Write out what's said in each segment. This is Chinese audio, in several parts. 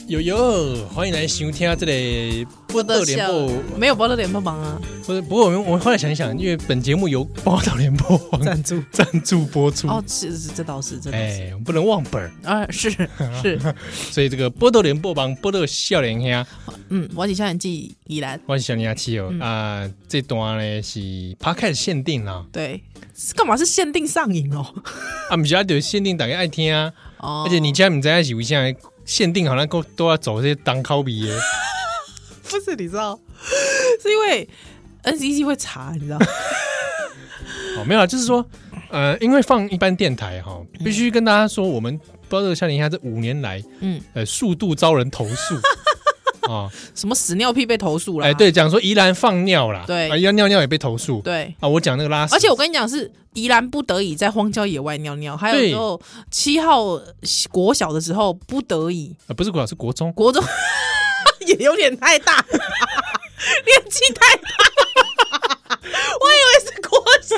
欢迎来收听这里波特联播， 没有波特联播榜啊。 不过我们后来想一想，因为本节目由报道联播网赞助播出。 哦，是这倒是，这倒是， 我们不能忘本啊，是， 所以这个波特联播榜，波特少年兄， 我是少年记依然， 我是少年七哦啊，这段呢是 Podcast 限定啦， 对，干嘛是限定上瘾哦？ 啊，不是啊，就限定大家爱听啊，而且你家不知道是为啥限定好像都要走这些当考比的， 不是你知道，是因为 NCC 会查，你知道？ 没有啊，就是说，因为放一般电台哈，必须跟大家说，我们不知道这个少年他这5年来，数度遭人投诉啊， 什么屎尿屁被投诉了？ 对，讲说宜兰放尿啦， 对， 宜兰尿尿也被投诉， 对啊，我讲那个拉屎， 而且我跟你讲是宜兰不得已在荒郊野外尿尿，还有时候7号国小的时候不得已， 不是国小是国中也有点太大，年纪太大，我以为是国小。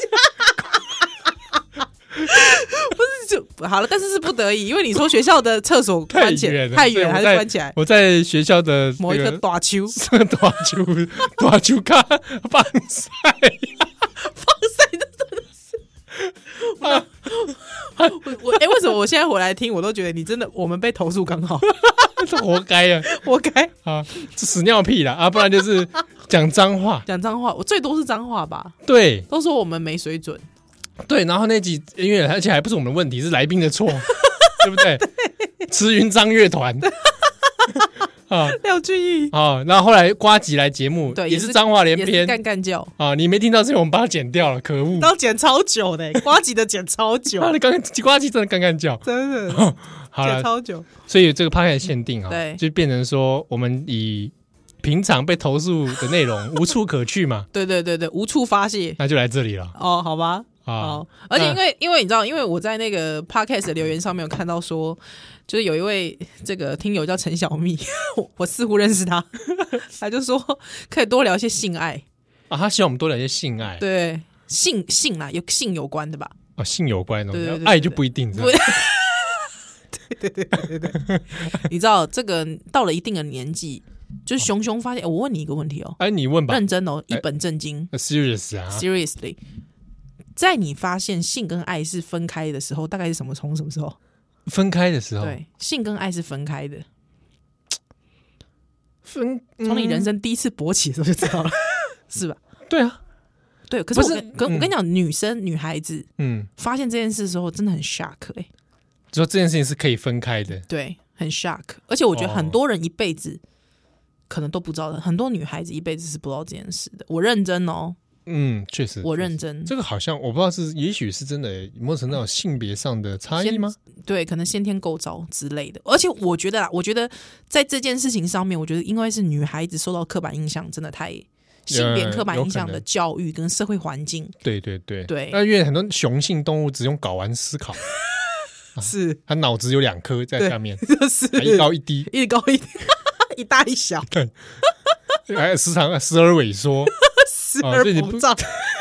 不是就好了，但是是不得已，因为你说学校的厕所关起来太远，还是关起来。 我在学校的某一个大丘大丘卡放晒， 的真的是。为什么我现在回来听，我都觉得你真的，我们被投诉刚好， 活该啊， 活该啊，屎尿屁啦啊，不然就是讲脏话， 我最多是脏话吧？ 对， 都说我们没水准。 对，然后那集音乐，而且还不是我们的问题，是来宾的错，对不对？慈云张乐团啊， 廖俊逸啊，然后后来呱吉来节目， 对， 也是脏话连篇， 干叫啊！你没听到，是因为我们把它剪掉了，可恶！ 都剪超久的，呱吉的剪超久， 呱吉真的干叫， 真的， 好了， 剪超久。 所以这个 podcast 限定啊， 对， 就变成说我们以平常被投诉的内容无处可去嘛， 对，无处发泄， 那就来这里了。 哦，好吧。哦，而且因为你知道，因为我在那个 podcast 的留言上面有看到说，就是有一位这个听友叫陈小蜜，我似乎认识他，他就说可以多聊一些性爱啊，他希望我们多聊一些性爱， 对，性啦，有性有关的吧？ 啊，性有关的东西， 对， 爱就不一定。对， 你知道这个到了一定的年纪，就是熊发现，我问你一个问题哦， 你问吧， 认真哦，一本正经 ，serious 啊 ，seriously。在你发现性跟爱是分开的时候，大概是从什么时候？ 分开的时候， 对，性跟爱是分开的。从你人生第一次勃起的时候就知道了，是吧？ 对啊， 对。可是我跟你讲，女孩子，发现这件事的时候真的很 shock 就说这件事情是可以分开的， 对，很 shock。而且我觉得很多人一辈子可能都不知道的，很多女孩子一辈子是不知道这件事的。我认真哦。 确实， 我认真。 这个好像我不知道是，也许是真的，某种那种性别上的差异吗？ 对，可能先天构造之类的。而且我觉得在这件事情上面，我觉得因为是女孩子受到刻板印象，真的太性别刻板印象的教育跟社会环境。 对。那因为很多雄性动物只用睾丸思考， 是它脑子有2颗在下面， 是一高一低， 一高一低，一大一小， 对，还时而萎缩。 而膨胀，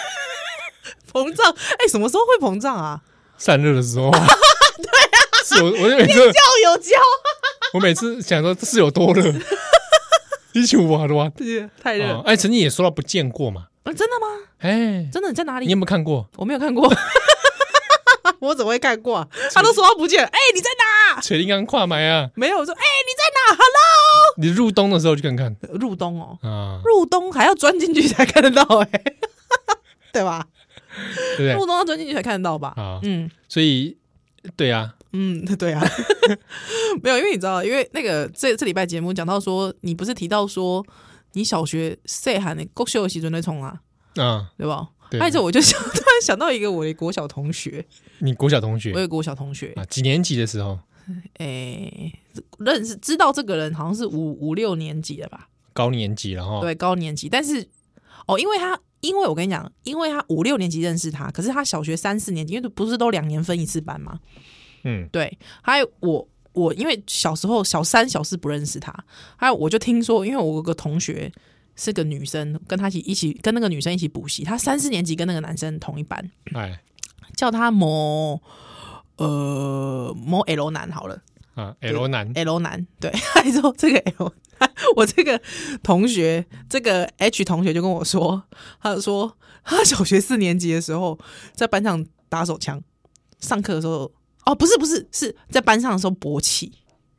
什么时候会膨胀啊？ 散热的时候，对啊，是我每次有胶， 我每次想说这是有多热，一起哇， 太热。 曾经也说到不见过嘛， 真的吗？真的，你在哪里？ 你有没有看过？ 我没有看过，我怎么会看过？他都说他不见了，你在哪？ 锤林刚跨埋啊， 没有，我说你在哪 ？Hello， 你入冬的时候去看看， 入冬哦，入冬还要钻进去才看得到对吧？ 对不对？ 入冬要钻进去才看得到吧？ 所以对啊， 对啊，没有，因为你知道，因为那个这礼拜节目讲到说，你不是提到说你小学细汉的国小的时阵在冲啊，对吧？而且我就突然想到一个我的国小同学， 你国小同学， 我有国小同学啊，几年级的时候？ 知道这个人好像是5、6年级了吧？ 高年级了哈。对， 高年级，但是因为我跟你讲，因为他5、6年级认识他，可是他小学3、4年级，因为不是都2年分一次班吗？对，还有我因为小时候小3、小4不认识他，还有我就听说，因为我有个同学是个女生，跟他一起跟那个女生一起补习，他3、4年级跟那个男生同一班，叫他某 L 男好了， ，L 男 ，L 男，对，还说这个 L， 我这个同学，这个 H 同学就跟我说，他就说他小学4年级的时候在班上打手枪，上课的时候，不是，是在班上的时候勃起。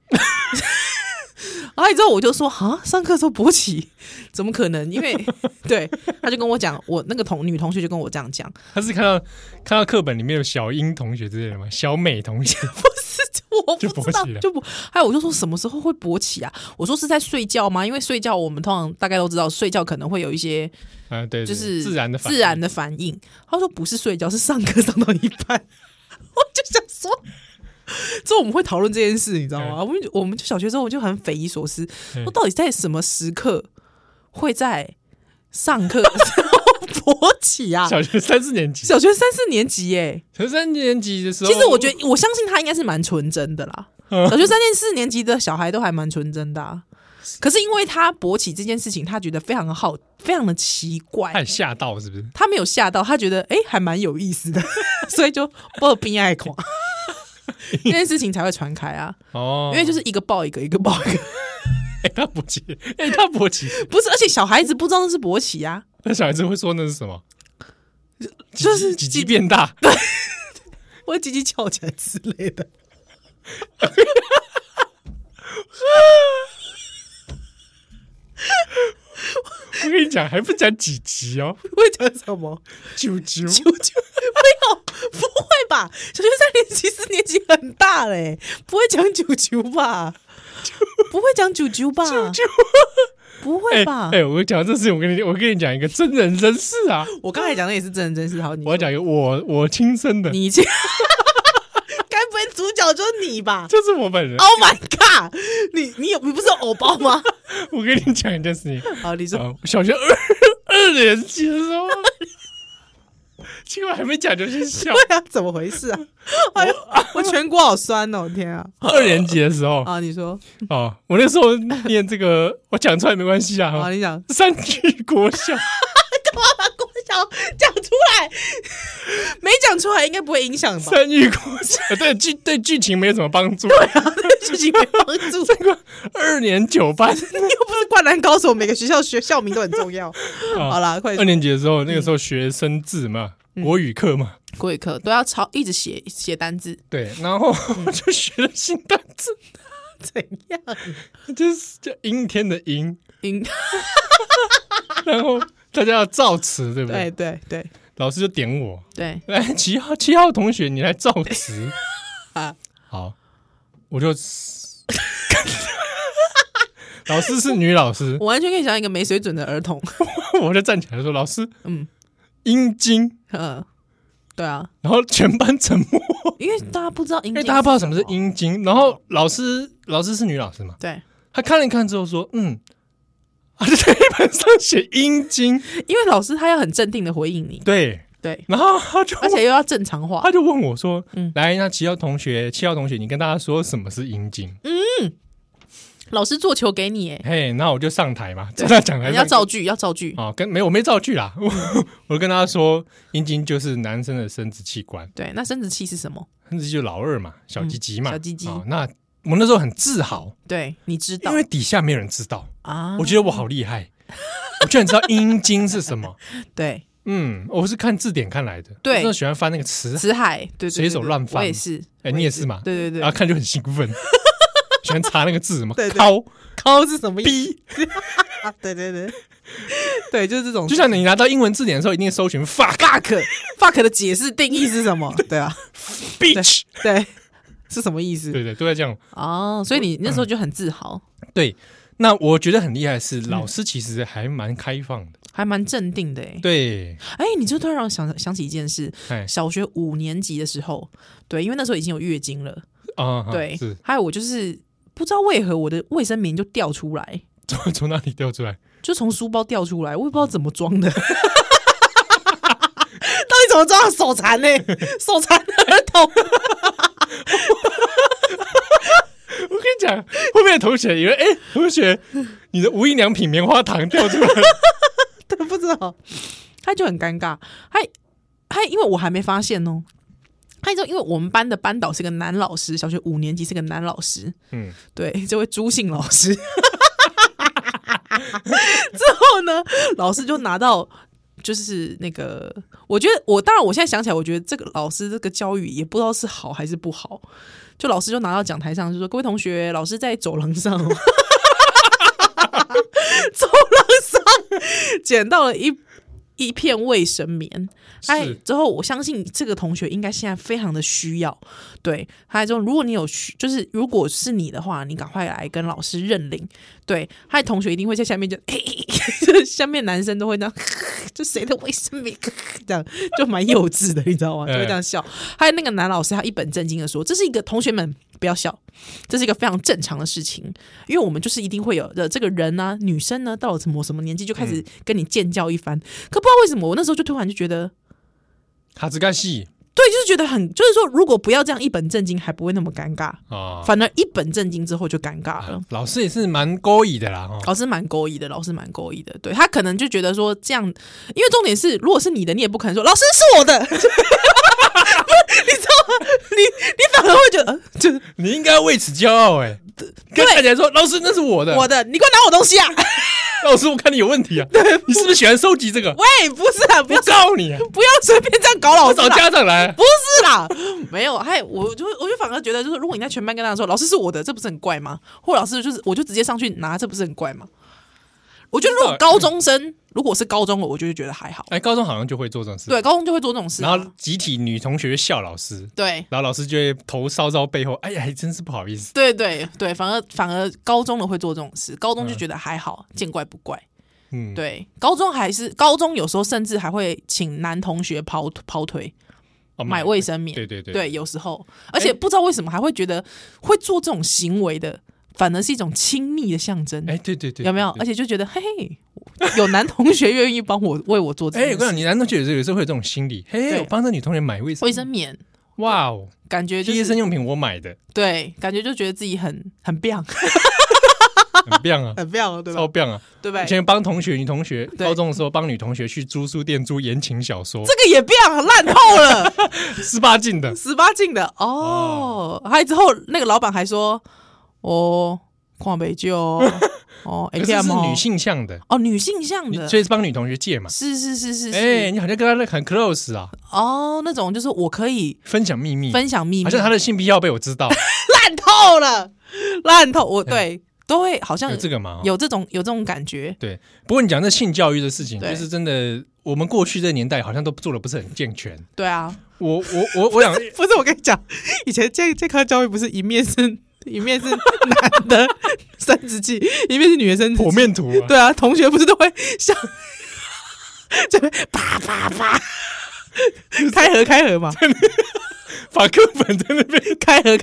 然后之后我就说上课的时候勃起怎么可能？因为对，他就跟我讲，我那个女同学就跟我这样讲， 他是看到课本里面有小英同学之类的吗？小美同学不是，我不知道就不，还有我就说什么时候会勃起啊？我说是在睡觉吗？因为睡觉我们通常大概都知道，睡觉可能会有一些对， 就是自然的反应。他说不是睡觉，是上课上到一半，我就想说。之后我们会讨论这件事，你知道吗？我们就小学之后我就很匪夷所思，说到底在什么时刻会在上课的时候勃起啊？ 小学3、4年级， 小学3、4年级耶， 小学3年级的时候， 其实我觉得我相信他应该是蛮纯真的啦。小学3、4年级的小孩都还蛮纯真的啊。可是因为他勃起这件事情，他觉得非常的奇怪， 他很吓到是不是？ 他没有吓到，他觉得还蛮有意思的，所以就抱边爱狂。这件事情才会传开啊！因为就是一个抱一个，一个抱一个。 他勃起， 不是，而且小孩子不知道那是勃起啊。 那小孩子会说那是什么？ 就是鸡鸡变大， 对，或鸡鸡翘起来之类的。 我跟你讲，还不讲几集哦？ 会讲什么？ 啾， 没有，不会吧？小学3年级、4年级很大嘞，不会讲啾吧？不会讲啾吧？不会吧？ 我讲这事情，我跟你讲一个真人真事啊！ 我刚才讲的也是真人真事，好， 我要讲一个我亲身的， 你该不会主角就是你吧？ 就是我本人 ！Oh my god！ 你不是有偶包吗？ 我跟你讲一件事情。 好，你说， 小学二年级的时候，结果还没讲就先笑。 对啊，怎么回事啊？我颧骨好酸哦！天啊 ！2年级的时候啊，你说我那时候念这个，我讲出来没关系啊。 好，你讲三句国小。 干嘛把国小讲出来？没讲出来应该不会影响吧？ 三句国小对剧情没有什么帮助。 对啊，对剧情没帮助。 这个2年9班， 你又不是灌篮高手，每个学校校名都很重要。好啦，快！ 2年级的时候，那个时候学生字嘛，国语课嘛， 国语课都要一直写单字。 对，然后我就学了新单字。 怎样？ 就是叫阴天的阴，然后大家要造词，对不对？ 对， 老师就点我， 对， 来7号同学，你来造词啊。好，我就老师是女老师， 我完全可以想象一个没水准的儿童。 我就站起来说：“老师，阴茎。” 对啊， 然后全班沉默， 因为大家不知道阴茎， 因为大家不知道什么是阴茎。然后老师是女老师嘛， 对， 她看了一看之后说：“就在黑板上写阴茎。” 因为老师他要很镇定的回应你， 对，然后他就而且又要正常化， 他就问我说：“来，那7号同学，你跟大家说什么是阴茎？” 老师做球给你， 那我就上台嘛，在他讲台上要造句啊，我没造句啦，我就跟他说，阴茎就是男生的生殖器官。 对，那生殖器是什么？ 生殖器就老二嘛，小鸡鸡嘛， 小鸡鸡。 那我那时候很自豪， 对，你知道， 因为底下没有人知道啊，我觉得我好厉害，我居然知道阴茎是什么。 对， 我是看字典看来的， 对， 我喜欢翻那个词海，对， 随手乱翻， 我也是， 你也是嘛？ 对， 然后看就很兴奋。喜欢查那个字嘛？ 敲是什么意思？ 对，对，就是这种。 就像你拿到英文字典的时候，一定搜寻 fuck 的解释定义是什么？对啊 ，bitch， 对，是什么意思？ 对，都在这样。 所以你那时候就很自豪。 对，那我觉得很厉害的是，老师其实还蛮开放的， 还蛮镇定的。 对， 你就突然让我想起一件事，小学5年级的时候，对，因为那时候已经有月经了对，还有我就是不知道为何我的卫生棉就掉出来， 从哪里掉出来？ 就从书包掉出来，我也不知道怎么装的。到底怎么装？手残呢？手残的儿童。 我跟你讲，后面的同学以为，同学，你的无印良品棉花糖掉出来了。 对，不知道，他就很尴尬，还因为我还没发现哦。 还有因为我们班的班导是个男老师，小学5年级是个男老师，对，这位朱姓老师。之后呢，老师就拿到就是那个，我觉得当然我现在想起来，我觉得这个老师这个教育也不知道是好还是不好。就老师就拿到讲台上就说：“各位同学，老师在走廊上，走廊上捡到了一片卫生棉。”之后我相信这个同学应该现在非常的需要，对，还有这种如果你有就是如果是你的话，你赶快来跟老师认领，对，还有同学一定会在下面就下面男生都会这样，就谁的卫生棉这样，就蛮幼稚的，你知道吗？就会这样笑。还有那个男老师，他一本正经的说：“这是一个同学们不要笑，这是一个非常正常的事情，因为我们就是一定会有的这个人啊，女生呢到了什么年纪就开始跟你建教一番。可不知道为什么，我那时候就突然就觉得。” 哈兹干戏， 对，就是觉得就是说，如果不要这样一本正经，还不会那么尴尬啊。反而一本正经之后就尴尬了。 老师也是蛮勾引的啦， 老师蛮勾引的，对，他可能就觉得说这样，因为重点是，如果是你的，你也不可能说老师是我的，你知道吗？你反而会觉得，就是你应该为此骄傲哎，跟大家说老师那是我的， 你给我拿我东西啊！ 老师，我看你有问题啊！你是不是喜欢收集这个？ 喂，不是啊，不要告你啊！ 不要随便这样搞老师， 找家长来。 不是啦，没有，我就反而觉得，就是如果你在全班跟大家说老师是我的，这不是很怪吗？或老师我就直接上去拿，这不是很怪吗？我觉得如果高中生，如果是高中我就觉得还好。 高中好像就会做这种事， 对，高中就会做这种事， 然后集体女同学笑老师， 对， 然后老师就会头稍稍背后，哎呀，还真是不好意思。 对，反而高中的会做这种事，高中就觉得还好，见怪不怪。对，高中有时候甚至还会请男同学跑腿。买卫生棉，对，有时候，而且不知道为什么还会觉得会做这种行为的，反而是一种亲密的象征。 对， 有没有？而且就觉得嘿，有男同学愿意帮我为我做这件事。 我跟你讲，你男同学有时候会有这种心理，我帮着女同学买卫生棉，哇哦， 感觉贴身用品我买的， 对，感觉就觉得自己很棒。 很棒啊， 很棒啊，对吧？ 超棒啊， 对不对？ 以前帮女同学，高中的时候帮女同学去租书店租言情小说， 这个也棒，烂透了 ，18禁的哦。还之后那个老板还说，看不就可是女性向的女性向的， 所以是帮女同学借嘛。 是， 你好像跟他很 close 啊。 那种就是我可以分享秘密， 好像他的性癖要被我知道， 烂透，我对。都会好像有这个吗？ 有这种感觉。 对，不过你讲这性教育的事情，就是真的，我们过去这年代好像都做的不是很健全。 对啊， 我想不是我跟你讲，以前健康教育不是一面是男的生殖器，一面是女的生殖器， 剖面图。 对啊，同学不是都会像这边啪啪啪开合嘛。 把课本在那边开合，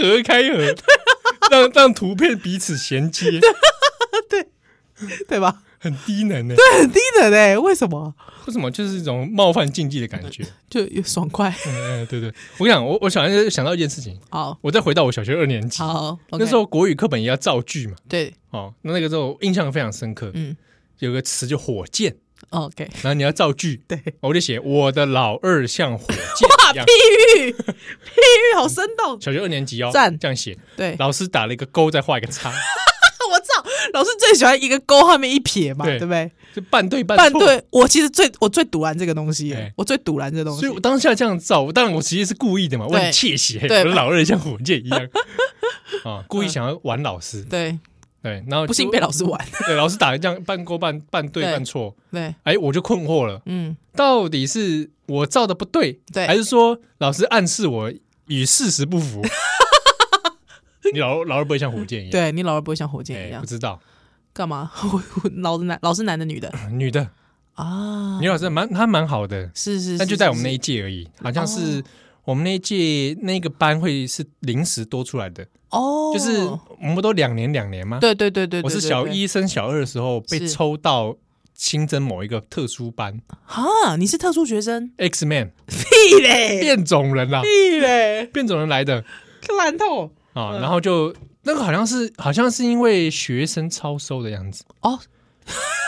让图片彼此衔接， 对吧？ 很低能对，很低能为什么？ 就是一种冒犯禁忌的感觉， 就有爽快。 对，我跟你讲，我想到一件事情。 好， 我再回到我小学2年级， 好， 那时候国语课本也要造句嘛。 对， 那个时候印象非常深刻。有个词就火箭。 OK， 然后你要造句， 对， 我就写我的老二像火箭一样。 譬喻好生动。 小学2年级赞， 这样写。 对， 老师打了一个勾，再画一个叉。 我操，老师最喜欢一个勾后面一撇嘛，对不对？ 就半对半错。 我其实我最堵拦这个东西，我最堵拦这东西。 所以我当下这样造，当然我其实是故意的嘛，我很窃喜，我的老二像火箭一样故意想要玩老师。 对， 然后不幸被老师玩。 对，老师打的这样半勾半对半错。 对， 我就困惑了。到底是我造的不对，还是说老师暗示我与事实不符？你老二不会像火箭一样？ 对，你老二不会像火箭一样？ 不知道干嘛？老师男的女的？ 女的啊，女老师她蛮好的， 是， 但就在我们那一届而已，好像是我们那一届那个班会是临时多出来的。就是我们都2年吗？ 对， 我是小1升小2的时候被抽到新增某一个特殊班。 你是特殊学生 ？X-Man？ 屁嘞， 变种人啦！ 屁嘞， 变种人来的， 烂透然后就那个好像是因为学生超收的样子。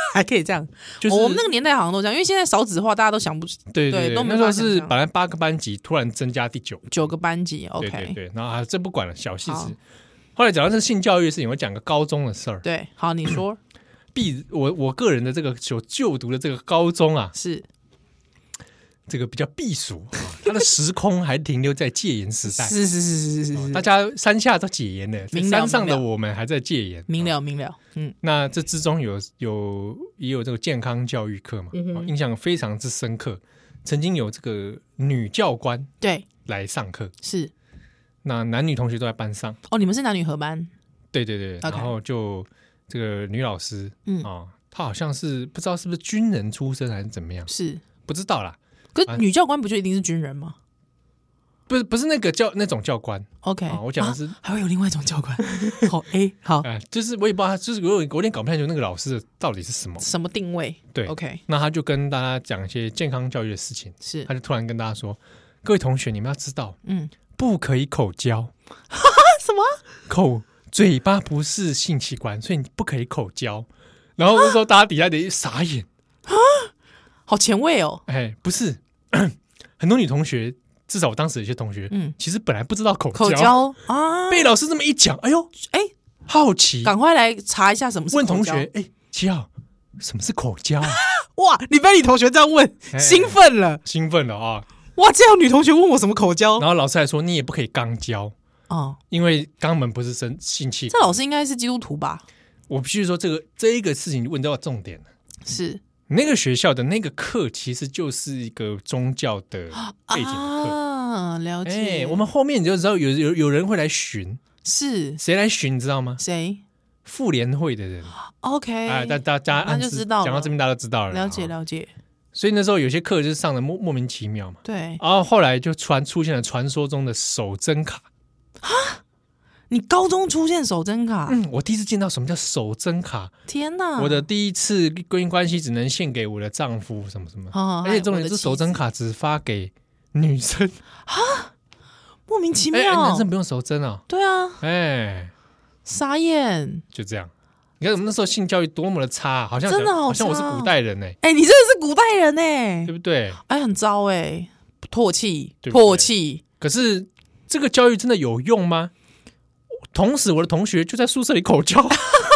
还可以这样， 就是我们那个年代好像都这样，因为现在少子化，大家都想不对， 都没那时候是办法想象本来8个班级，突然增加第9 个班级，OK， 对，然后这不管了，小细事。后来讲到这性教育的事情，我讲个高中的事儿。 对，好，你说。 我个人的这个就读的这个高中啊， 是这个比较避暑，它的时空还停留在戒严时代。 是， 大家山下都解严了，山上的我们还在戒严。 明了。 那这之中也有这个健康教育课嘛，印象非常之深刻。曾经有这个女教官对来上课， 是那男女同学都在班上。 哦，你们是男女合班？ 对，然后就这个女老师，她好像是不知道是不是军人出身还是怎么样， 是不知道啦。 可是女教官不就一定是军人吗？ 不是那种教官。 OK， 我讲的是还会有另外一种教官。好， 就是我也不知道，就是我有点搞不太清楚那个老师的到底是什么定位。 对 ，OK， 那他就跟大家讲一些健康教育的事情， 是他就突然跟大家说：“各位同学，你们要知道，不可以口交。 什么？ 嘴巴不是性器官，所以你不可以口交。”然后那时候大家底下得傻眼啊，好前卫哦！ 不是很多女同学，至少我当时有些同学，其实本来不知道口交啊， 被老师这么一讲，哎呦，好奇， 赶快来查一下什么是口交。 问同学，7号，什么是口交啊？ 哇，你被你同学这样问，兴奋了啊！ 哇，这样女同学问我什么口交， 然后老师还说你也不可以肛交哦， 因为肛门不是性器官。 这老师应该是基督徒吧？ 我必须说这一个事情问到重点了， 是那个学校的那个课其实就是一个宗教的背景的课啊，了解。 我们后面你就知道有人会来巡， 是谁来巡你知道吗？ 谁？ 妇联会的人。 OK， 大家那就知道了， 讲到这边大家都知道了， 了解。 所以那时候有些课就是上的莫名其妙嘛， 对。 然后后来就出现了传说中的手真卡啊！你高中出现手真卡？ 我第一次见到什么叫手真卡。 天哪！ 我的第一次婚姻关系只能献给我的丈夫，什么什么。而且重点是手真卡只发给女生啊，莫名其妙。 男生不用手真啊？ 对啊。傻眼。 就这样，你看我们那时候性教育多么的差，好像真的好像我是古代人你真的是古代人对不对？ 很糟唾弃。 可是这个教育真的有用吗？同时，我的同学就在宿舍里口交，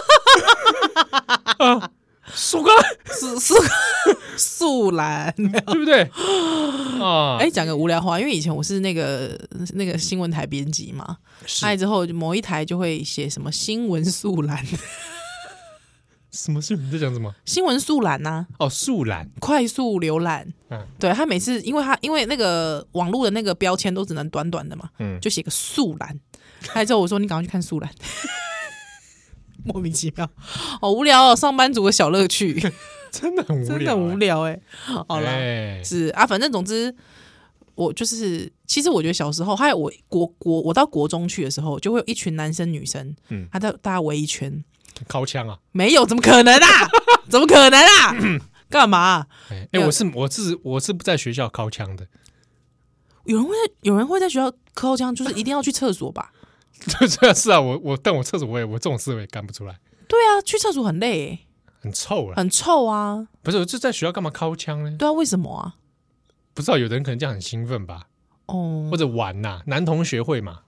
素兰， 对不对？ 讲个无聊话，因为以前我是那个新闻台编辑嘛，之后某一台就会写什么新闻素兰， 什么是你在讲什么？ 新闻速览呐？ 速览， 快速浏览。对，他每次因为那个网络的那个标签都只能短短的嘛，就写个速览。之后我说你赶快去看速览，莫名其妙，好无聊哦，上班族的小乐趣， 真的很无聊， 真的无聊好了，是啊，反正总之我就是，其实我觉得小时候还有我到国中去的时候，就会有一群男生女生，大家围一圈。 靠枪啊？ 没有，怎么可能啊？怎么可能啊？干嘛？ 我是不在学校靠枪的。 有人会在学校靠枪，就是一定要去厕所吧？ 是啊，但我厕所我这种事我也干不出来。 对啊，去厕所很累， 很臭啊， 很臭啊。 不是，我就在学校干嘛靠枪呢？ 对啊，为什么啊？不知道，有的人可能这样很兴奋吧？或者玩呐，男同学会嘛。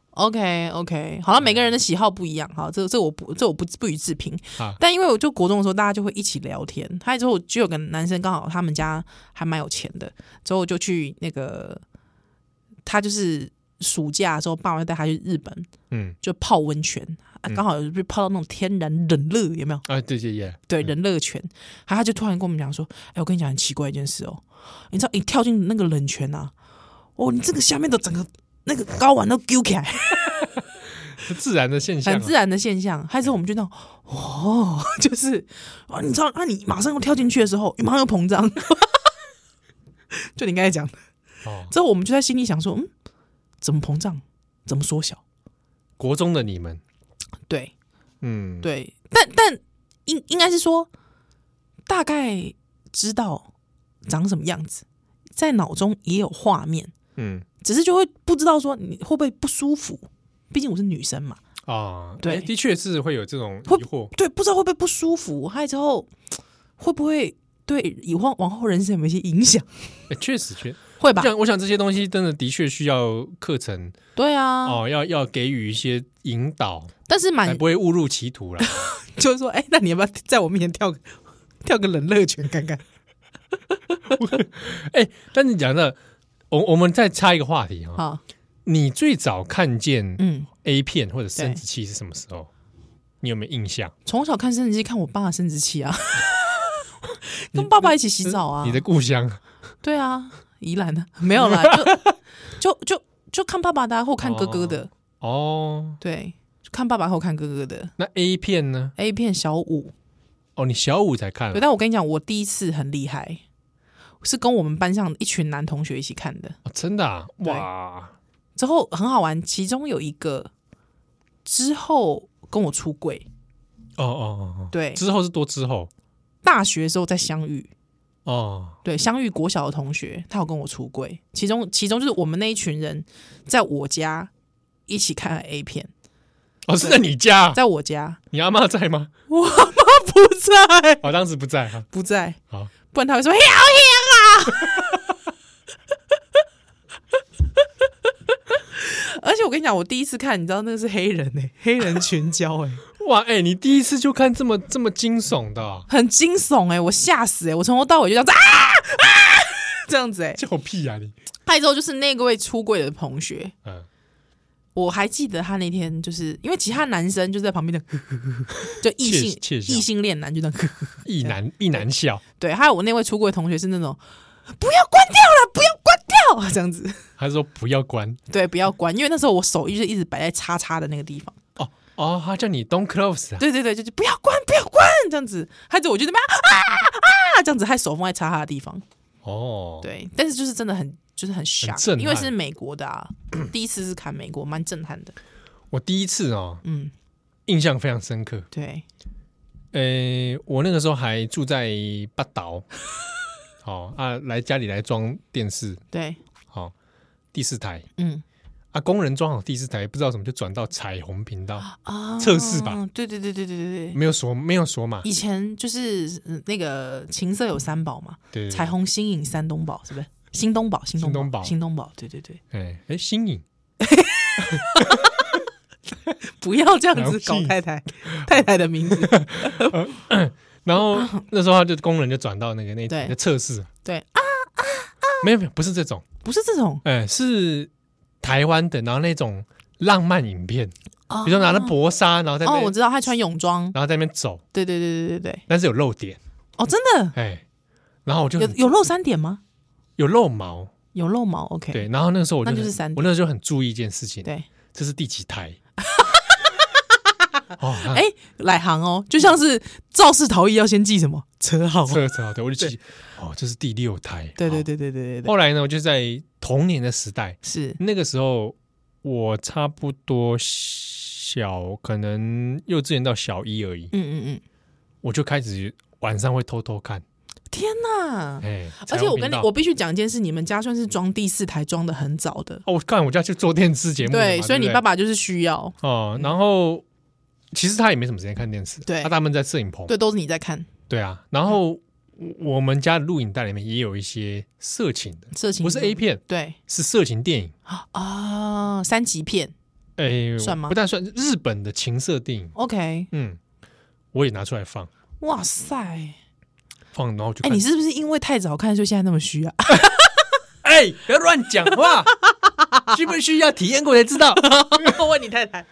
OK， 好了，每个人的喜好不一样，好，这我不予置评。但因为我就国中的时候，大家就会一起聊天。之后就有个男生刚好他们家还蛮有钱的，之后就去那个他就是暑假的时候，爸妈带他去日本，就泡温泉，刚好被泡到那种天然冷热，有没有？对，冷热泉。他就突然跟我们讲说：“我跟你讲很奇怪一件事哦，你知道你跳进那个冷泉啊，你这个下面的整个。”那个睾丸都揪起来， 自然的现象， 很自然的现象。还是我们就那种就是你知道，你马上要跳进去的时候，你马上要膨胀，就你刚才讲的。之后我们就在心里想说，怎么膨胀，怎么缩小？ 国中的你们， 对，对，但应该是说，大概知道长什么样子，在脑中也有画面，只是就会不知道说你会不会不舒服，毕竟我是女生嘛。 对，的确是会有这种疑惑。 对，不知道会不会不舒服。之后会不会对以往后人生有一些影响？ 确实会吧。 我想这些东西真的确需要课程。 对啊， 要给予一些引导， 但是才不会误入歧途啦。 就是说，那你要不要在我面前跳个冷热拳看看？ 但你讲的，我们再插一个话题哈。 你最早看见A 片或者生殖器是什么时候？你有没有印象？ 从小看生殖器，看我爸的生殖器啊，跟爸爸一起洗澡啊。 你的故乡？ 对啊，宜兰的没有啦，就看爸爸的，或看哥哥的。对，看爸爸或看哥哥的。 那 A 片呢 ？A 片小5。 你小5才看。 对，但我跟你讲，我第一次很厉害，是跟我们班上一群男同学一起看的。 真的啊？哇！ 之后很好玩，其中有一个之后跟我出柜。对， 之后是多之后， 大学的时候再相遇。对，相遇国小的同学，他有跟我出柜。其中就是我们那一群人在我家一起看 A 片。 是在你家？ 在我家。 你阿嬷在吗？ 我阿嬷不在。 当时不在哈。 不在。 好， 不然他会说好香啊。而且我跟你讲，我第一次看，你知道那个是黑人黑人群交哇你第一次就看这么惊悚的很惊悚我吓死我从头到尾就这样子这样子叫屁啊你！ 拍之后就是那位出柜的同学，我还记得他那天就是因为其他男生就在旁边的就异性恋男就这样异男笑。 对，还有我那位出柜的同学是那种不要关掉了，不要关掉这样子。 他说不要关， 对，不要关，因为那时候我手一直摆在叉叉的那个地方。 他叫你 don't close 啊。 对，就是不要关这样子，害着我就那边这样子，害手放在叉叉的地方。对，但是就是真的很 shock， 因为是美国的第一次是看美国，蛮震撼的。 我第一次印象非常深刻。 对， 我那个时候还住在八岛。来家里来装电视。对，第4台。工人装好第4台，不知道怎么就转到彩虹频道测试吧。对，没有锁码。以前就是那个情色有3宝嘛，对，彩虹、新颖、三东宝，是不是？新东宝，对，新颖。不要这样子搞太太的名字。然后那时候工人就转到那台的测试。对没有，不是这种，是台湾的，然后那种浪漫影片，比如说拿着薄纱，然后在那边我知道他穿泳装，然后在那边走。对，但是有露点。真的。然后我就有露3点吗？有露毛。OK。对，然后那个时候我就是3点。我那时候就很注意一件事情。对，这是第几台？来行就像是肇事逃逸要先记什么车号？车号。对，我就记这是第6台。对。后来呢，我就在童年的时代，是那个时候我差不多可能幼稚园到小1而已。我就开始晚上会偷偷看。天哪！而且我必须讲一件事，你们家算是装第4台装的很早的。我家去做电视节目。对，所以你爸爸就是需要然后其实他也没什么时间看电视。对，他们在摄影棚。对，都是你在看。对啊，然后我们家的录影带里面也有一些色情的，不是 A 片，对，是色情电影3级片。算吗？不但算日本的情色电影。OK。我也拿出来放。哇塞！放，然后就你是不是因为太早看，所以现在那么虚啊？不要乱讲话，需不需要体验过才知道？我问你太太。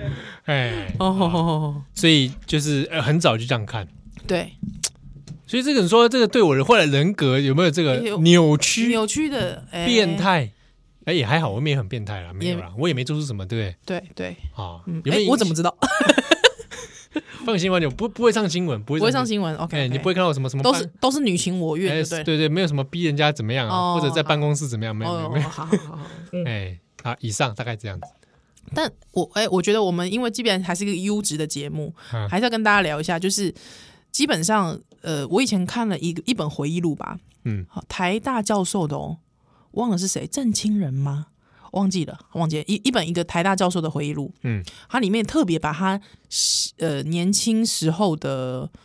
所以就是很早就这样看。对，所以这个你说这个对我的后来人格有没有这个扭曲的变态？也还好，我们也很变态啦，没有啦，我也没做出什么，对不对？对我怎么知道？放新闻就不会上新闻，不会上新闻。OK， 你不会看到什么都是你情我愿，对，没有什么逼人家怎么样或者在办公室怎么样，没有。好。以上大概这样子。但我觉得我们因为即便还是一个优质的节目，还是要跟大家聊一下，就是基本上我以前看了一本回忆录吧，台大教授的忘了是谁，郑清仁吗？忘记了一个台大教授的回忆录。它里面特别把他年轻时候的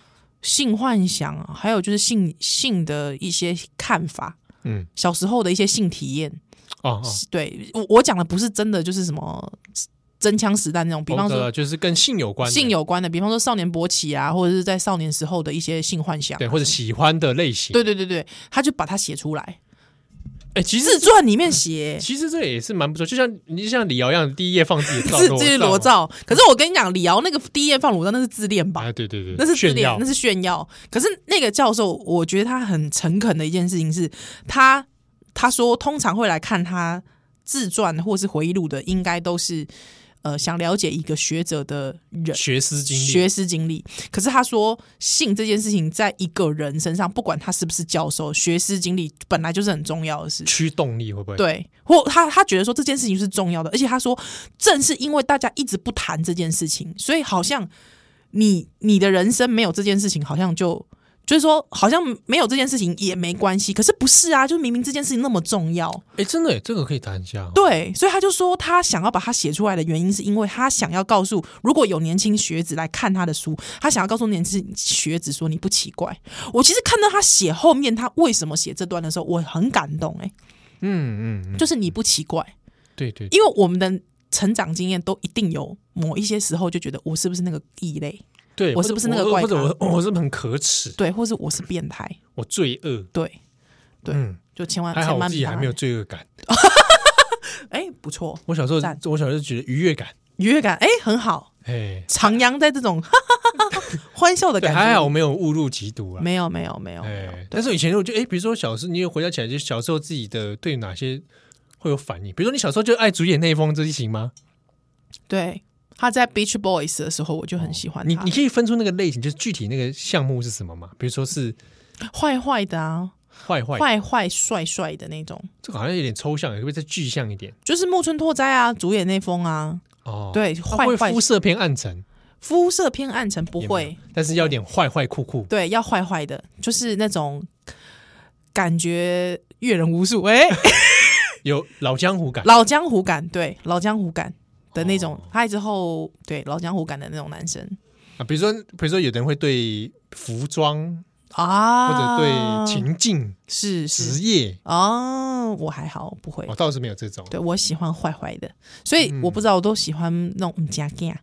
性幻想，还有就是性的一些看法，小时候的一些性体验。对，我讲的不是真的就是什么真枪实弹那种，比方说就是跟性有关的，比方说少年勃起啊，或者是在少年时候的一些性幻想， 对，或者喜欢的类型， 对，他就把它写出来。 其实自传里面写， 其实这也是蛮不错，就像李瑶一样，第一页放自己的照， 自己裸照。可是我跟你讲，李瑶那个第一页放裸照，那是自恋吧？ 对， 那是自恋，那是炫耀。可是那个教授，我觉得他很诚恳的一件事情是，他说，通常会来看他自传或是回忆录的，应该都是想了解一个学者的人学思经历。 可是他说，性这件事情在一个人身上，不管他是不是教授，学思经历本来就是很重要的事。 驱动力会不会？ 对，或他觉得说这件事情是重要的，而且他说，正是因为大家一直不谈这件事情，所以好像你的人生没有这件事情，好像就是说，好像没有这件事情也没关系，可是不是啊？就明明这件事情那么重要， 真的，这个可以谈一下。 对，所以他就说，他想要把它写出来的原因，是因为他想要告诉，如果有年轻学子来看他的书，他想要告诉年轻学子说，你不奇怪。我其实看到他写后面，他为什么写这段的时候，我很感动。就是你不奇怪， 对， 因为我们的成长经验都一定有某一些时候就觉得，我是不是那个异类？ 对， 我是不是那个怪咖？ 或者我是不是很可耻？ 对，或者我是变态， 我罪恶。 对，就千万还好我自己还没有罪恶感。 不错。 我小时候就觉得愉悦感， 很好。徜徉在这种欢笑的感觉。 还好我没有误入歧途啊。 没有。 但是以前我就比如说小时候，你有回想起来，就小时候自己的对哪些会有反应？比如说你小时候就爱主演那一封这一型吗？ 对。他在 Beach Boys 的时候，我就很喜欢他。 你可以分出那个类型，就是具体那个项目是什么吗？比如说是坏的啊，坏帅帅的那种。 这个好像有点抽象，可不可以再具象一点？ 就是木村拓哉啊，主演那封啊。对，坏肤色偏暗沉。 肤色偏暗沉不会， 但是要点坏酷。 对，要坏的，就是那种感觉阅人无数。 有老江湖感， 对，老江湖感。的那种，他之后对老江湖感的那种男生啊，比如说有人会对服装啊， 或者对情境是职业我还好不会， 我倒是没有这种。 对，我喜欢坏的，所以我不知道，我都喜欢那种假假。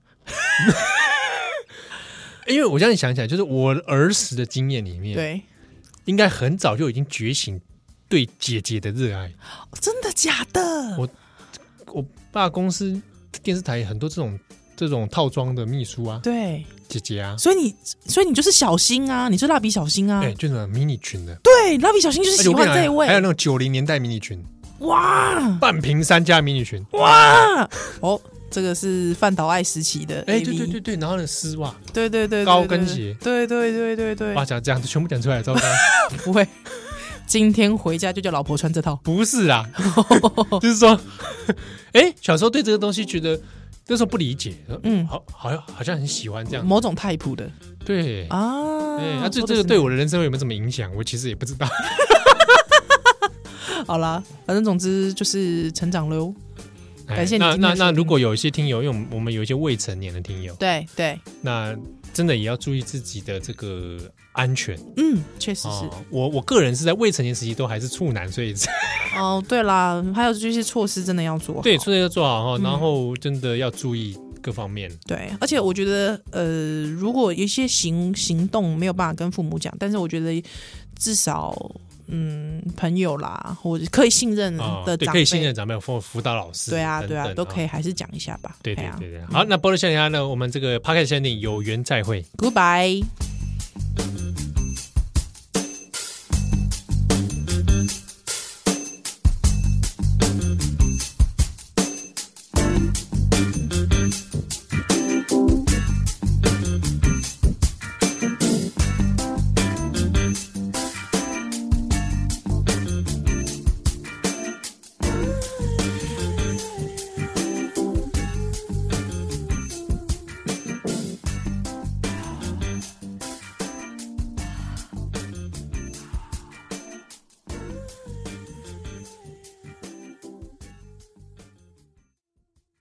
因为我这样想起来，就是我儿时的经验里面， 对， 应该很早就已经觉醒对姐姐的热爱。 真的假的？ 我爸公司电视台很多这种套装的秘书啊， 对， 姐姐啊， 所以你就是小新啊，你是蜡笔小新啊， 就是那种迷你裙的， 对，蜡笔小新就是喜欢这一位， 还有那种90年代迷你裙， 哇， 半屏3加迷你裙， 哇，这个是范岛爱时期的 AV， 对，然后那丝袜， 对， 高跟鞋， 对， 哇，这样子全部讲出来，糟糕， 不会。今天回家就叫老婆穿这套， 不是啦，就是说，小时候对这个东西觉得那时候不理解，好像很喜欢这样， 某种type的， 对啊， 这个对我的人生有没有什么影响，我其实也不知道。 好啦，反正总之就是成长喽。感谢你。 那如果有一些听友，因为我们有一些未成年的听友， 对， 那真的也要注意自己的这个安全。 确实是。 我个人是在未成年时期都还是处男，所以对啦，还有这些措施真的要做好， 对，措施要做好然后真的要注意各方面。 对，而且我觉得如果有一些行动没有办法跟父母讲，但是我觉得至少朋友啦，或者可以信任的长辈， 可以信任长辈或辅导老师， 对啊，都可以，还是讲一下吧。 对。好，那波多笑脸呢？我们这个 Podcast 限定有缘再会 ，Goodbye。